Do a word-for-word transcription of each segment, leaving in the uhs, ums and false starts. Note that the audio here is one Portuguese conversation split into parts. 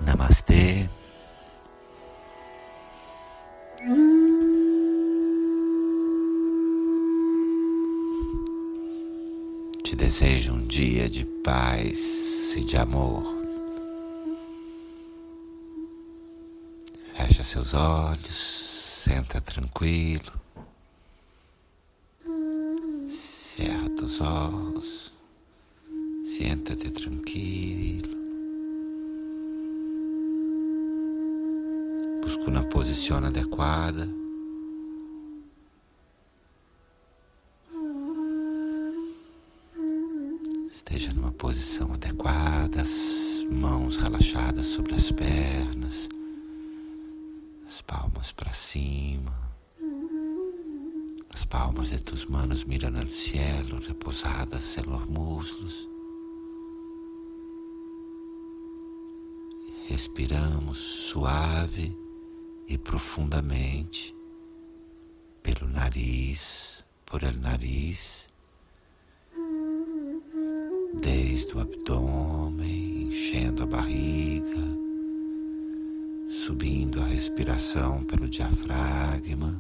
Namastê. Te desejo um dia de paz e de amor. Fecha seus olhos, senta tranquilo. Cerra teus olhos, senta-te tranquilo. Busca uma posição adequada. Esteja numa posição adequada, as mãos relaxadas sobre as pernas, as palmas para cima, as palmas de tus manos miran al cielo, reposadas en los muslos. Respiramos suave e profundamente pelo nariz, por el nariz, desde o abdômen, enchendo a barriga, subindo a respiração pelo diafragma,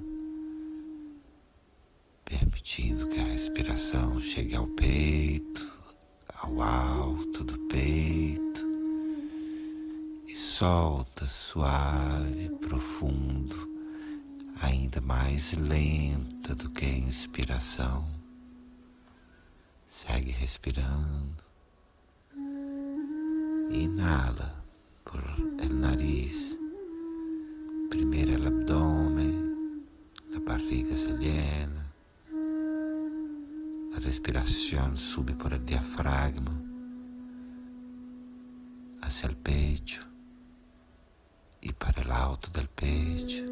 permitindo que a respiração chegue ao peito, ao alto do peito, e solta suave, profundo, ainda mais lenta do que a inspiração. Segue respirando. Inhala por el nariz. Primeiro el abdômen, a barriga se llena. A respiração sube por el diafragma hacia el pecho y para el alto del pecho.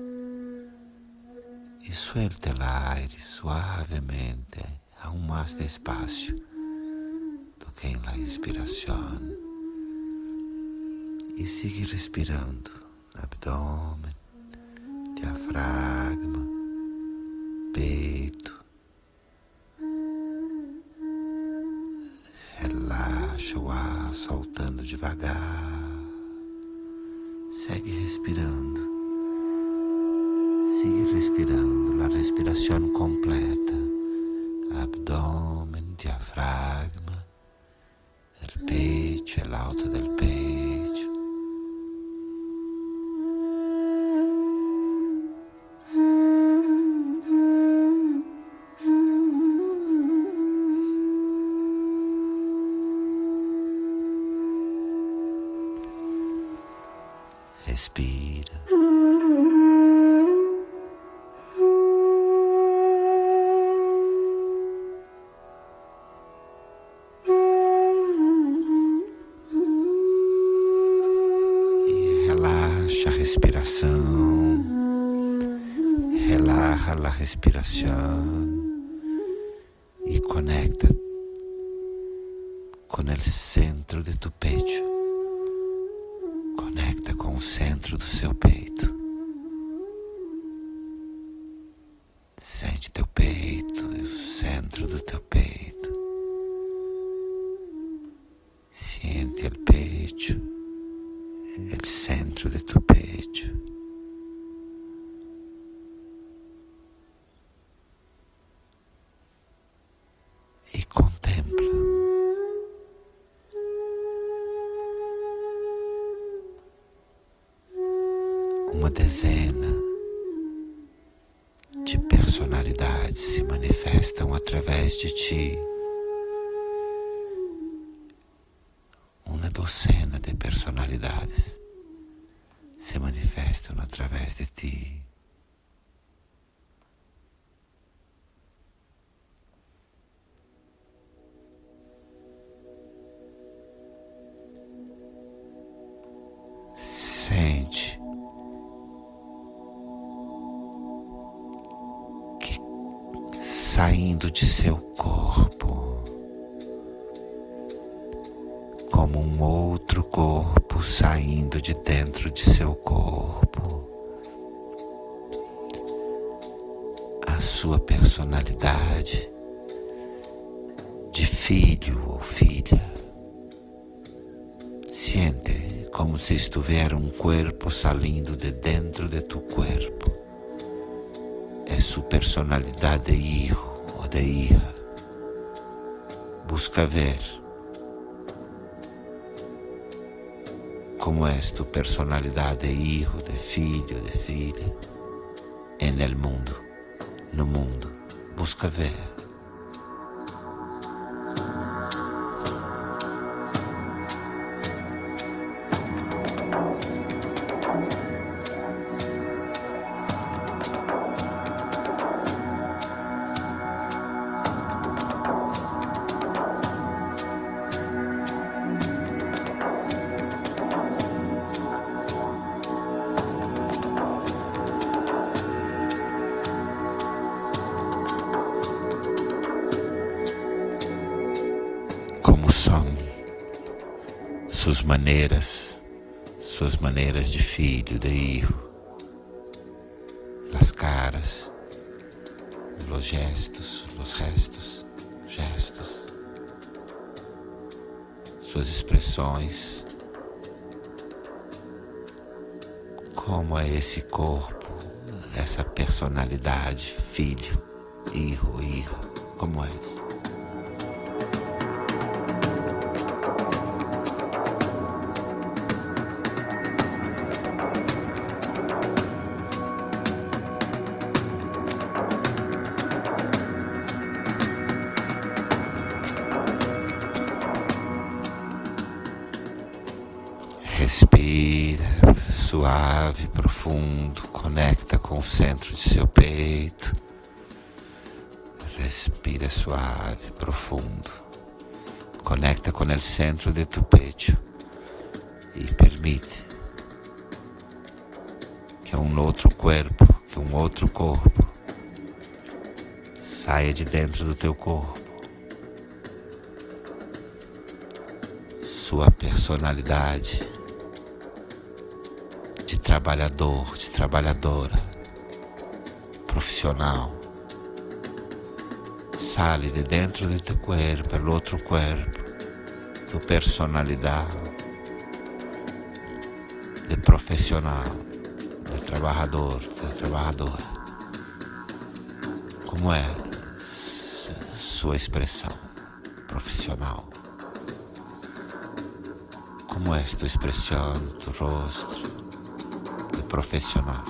Y suelta el aire suavemente, aún más despacio do que en la inspiración. E sigue respirando, abdômen, diafragma, peito. Relaxa o ar, soltando devagar. Segue respirando. Sigue respirando, a respiração completa. Abdômen, diafragma, el pecho, el alto del pecho. Respira. Relaxa a respiração, relaxa a respiração e conecta com o centro de tu pecho. Conecta com o centro do seu peito. Sente teu peito e o centro do teu peito. Sente o pecho, o centro de tu pecho. E contempla uma dezena de personalidades se manifestam através de ti. Uma docena de personalidades se manifestam através de ti. Sente saindo de seu corpo, como um outro corpo saindo de dentro de seu corpo, a sua personalidade de filho ou filha. Siente como se estuviera um corpo salindo de dentro de tu corpo. É sua personalidade de hijo ou de hija. Busca ver como é tu personalidade de hijo, de filho, de filha, en el mundo, no mundo. Busca ver. Como são suas maneiras, suas maneiras de filho, de hijo, as caras, os gestos, os restos, gestos, suas expressões, como é esse corpo, essa personalidade, filho, hijo, hija, como é? Respira suave, profundo, conecta com o centro de seu peito. Respira suave, profundo, conecta com o centro de tu pecho e permite que um outro corpo, que um outro corpo saia de dentro do teu corpo. Sua personalidade de trabalhador, de trabalhadora, profissional, sale de dentro de teu corpo, pelo outro corpo, tua personalidade de profissional, de trabalhador, de trabalhadora. Como é sua expressão profissional? Como é tua expressão, tu rosto de profissional?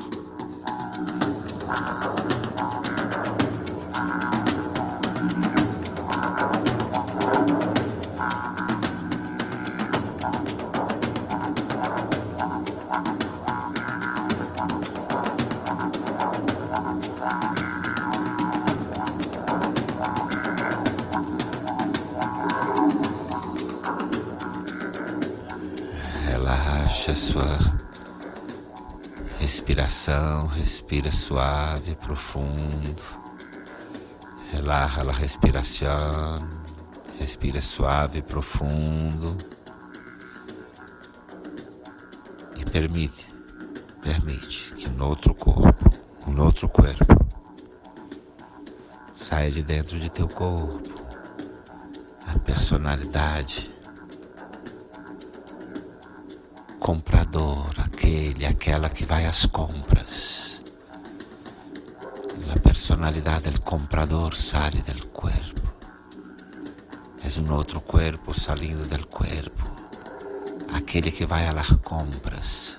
Relaxa sua respiração, respira suave, profundo. Relaxa a respiração, respira suave, profundo. E permite, permite que um outro corpo, um outro corpo, saia de dentro de teu corpo. A personalidade comprador, aquele, aquela que vai às compras. A personalidade do comprador sale do corpo. É um outro corpo salindo do corpo. Aquele que vai às compras.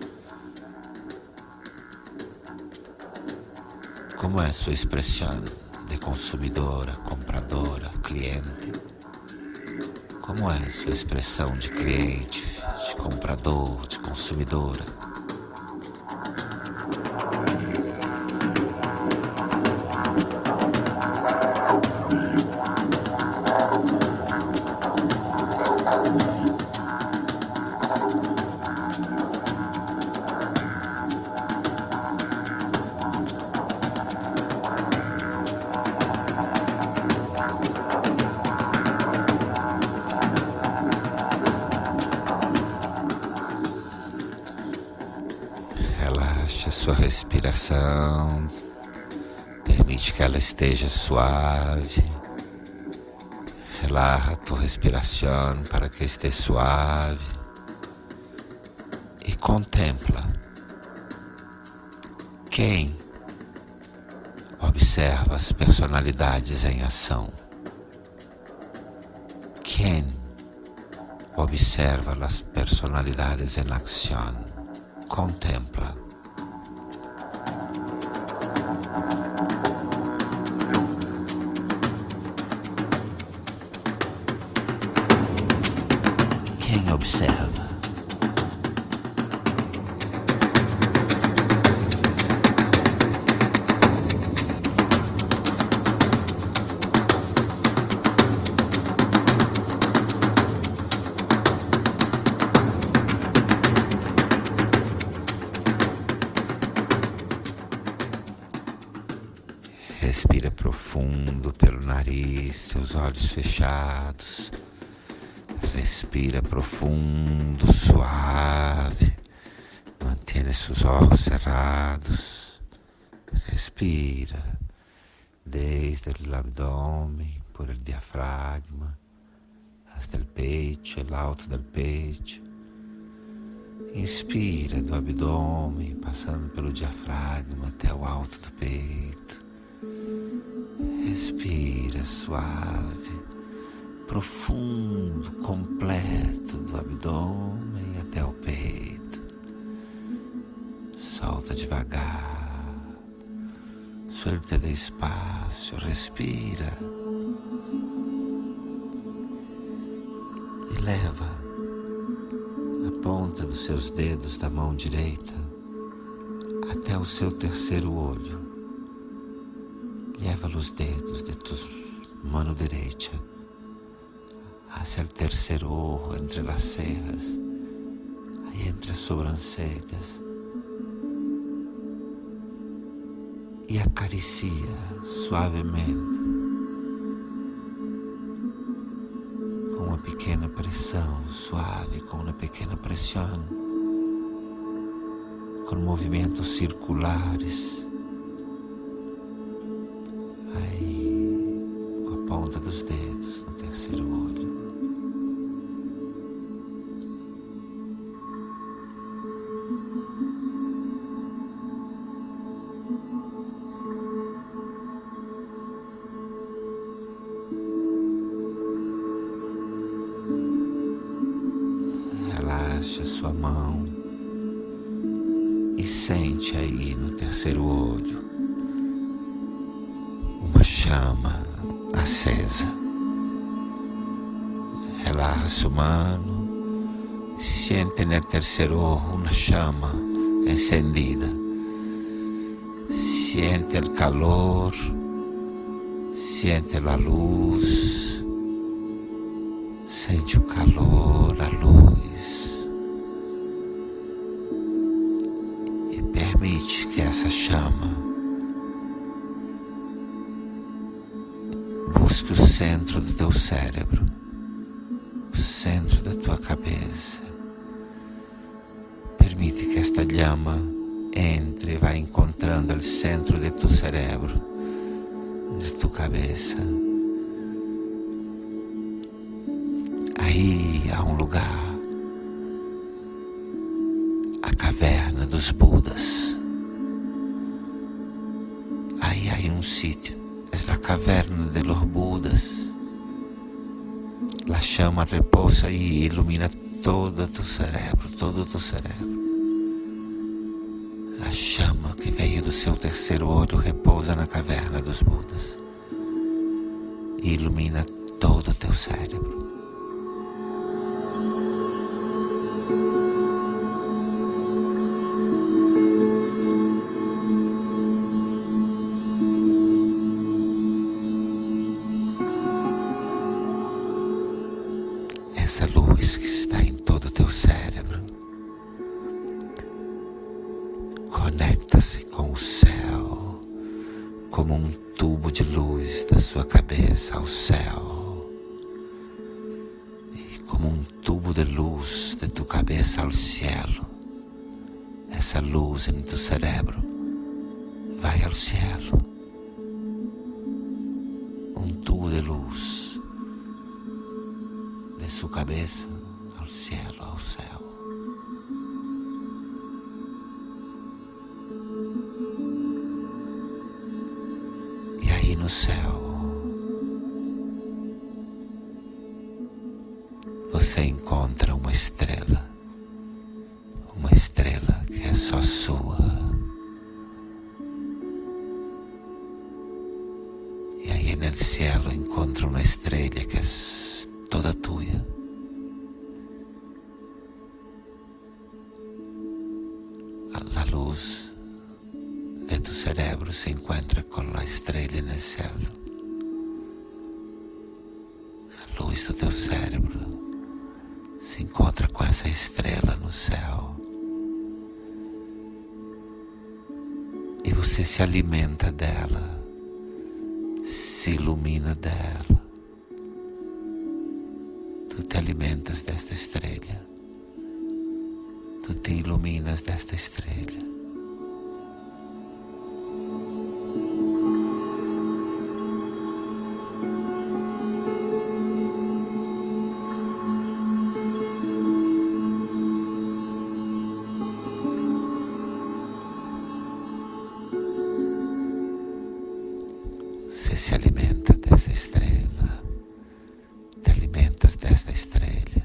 Como é sua expressão de consumidora, compradora, cliente? Como é sua expressão de cliente, de comprador, de consumidora? Relaxa sua respiração, permite que ela esteja suave. Relaxa tua respiração para que esteja suave. contempla. Quem observa as personalidades em ação? Quem observa as personalidades em acción? Contempla. Quem observa? Respira profundo pelo nariz, seus olhos fechados. Respira profundo, suave. Mantenha seus olhos cerrados. Respira desde o abdômen, por el diafragma, hasta el pecho, el alto del pecho. Inspira do abdômen, passando pelo diafragma até o alto do peito. Respira suave, profundo, completo do abdômen até o peito. Solta devagar, suelta despacio, respira e leva a ponta dos seus dedos da mão direita até o seu terceiro olho. Leva os dedos de tu mano derecha hacia el tercer ojo, entre las cejas, ahí entre as sobrancelhas, e acaricia suavemente, com uma pequena pressão suave, com uma pequena pressão, com movimentos circulares. Aí, com a ponta dos dedos no terceiro olho. Relaxa sua mão e sente aí no terceiro olho uma chama acesa. Relaxa sua mano, siente no terceiro ojo uma chama encendida. Siente o calor, siente a luz, sente o calor, a luz, e permite que essa chama busque o centro do teu cérebro, o centro da tua cabeça. Permite que esta llama entre e vá encontrando o centro de tu cérebro, de tu cabeça. Aí há um lugar, a caverna dos Budas. Aí há um sítio, é a caverna de los Budas. La chama repousa e ilumina todo tu cérebro, todo tu cérebro. A chama que veio do seu terceiro olho repousa na caverna dos Budas e ilumina todo o teu cérebro. Essa luz que está em todo o teu cérebro conecta-se com o céu, como um tubo de luz da sua cabeça ao céu, e como um tubo de luz de tu cabeça ao cielo. Essa luz em tu cérebro vai ao cielo, um tubo de luz de sua cabeça ao cielo, ao céu. aí no céu você encontra uma estrela, uma estrela que é só sua. E aí no cielo encontra uma estrela que é toda tua. A luz de tu cerebro se encontra com a estrela no céu. A luz do teu cérebro se encontra com essa estrela no céu. E você se alimenta dela, se ilumina dela. Tu te alimentas desta estrela. Tu te iluminas desta estrela. Você se alimenta dessa estrela, te alimentas desta estrela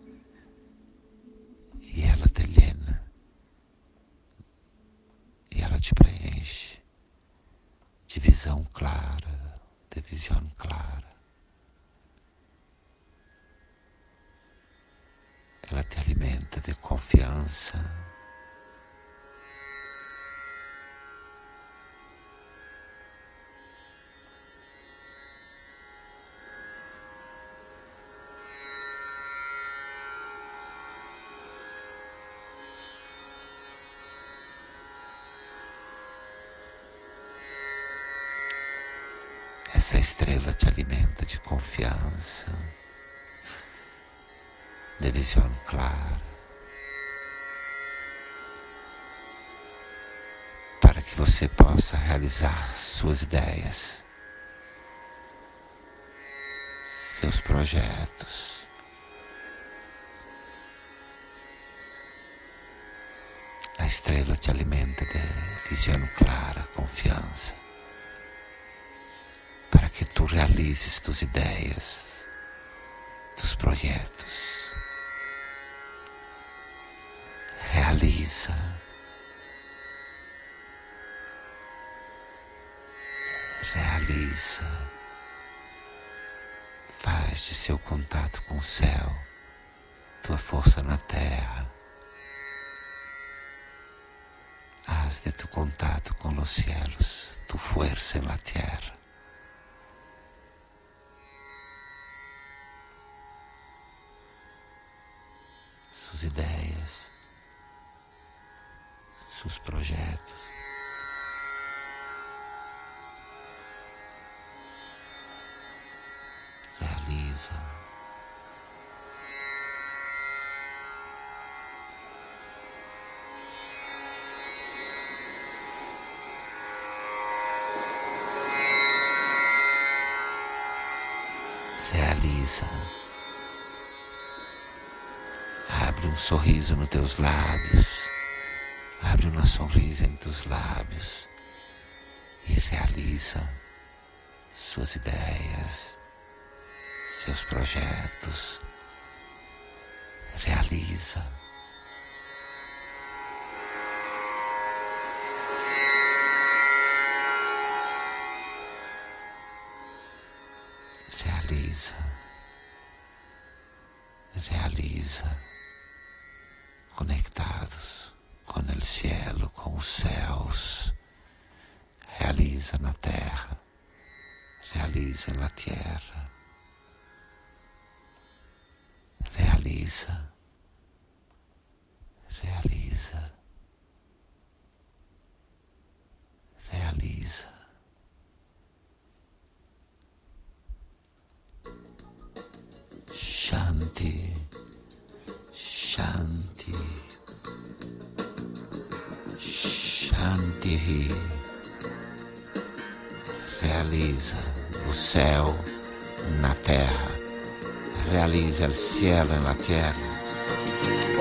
e ela te llena e ela te preenche de visão clara, de visão clara. Ela te alimenta de confiança. Essa estrela te alimenta de confiança, de visão clara, para que você possa realizar suas ideias, seus projetos. A estrela te alimenta de visão clara, confiança, para que tu realizes tuas ideias, tus projetos. Realiza. Realiza. Faz de seu contato com o céu tua força na terra. Haz de tu contato com os cielos tu fuerza en la tierra. Suas ideias, seus projetos. Realiza. Realiza. Abre um sorriso nos teus lábios. Abre uma sorriso em teus lábios. E realiza suas ideias, seus projetos. Realiza. Realiza. Realiza. Conectados com o cielo, com os céus. Realiza na terra. Realiza na terra. Realiza. Realiza. Realiza. Shanti. Shanti. Shanti. Realiza o céu na terra. Realiza o cielo na terra.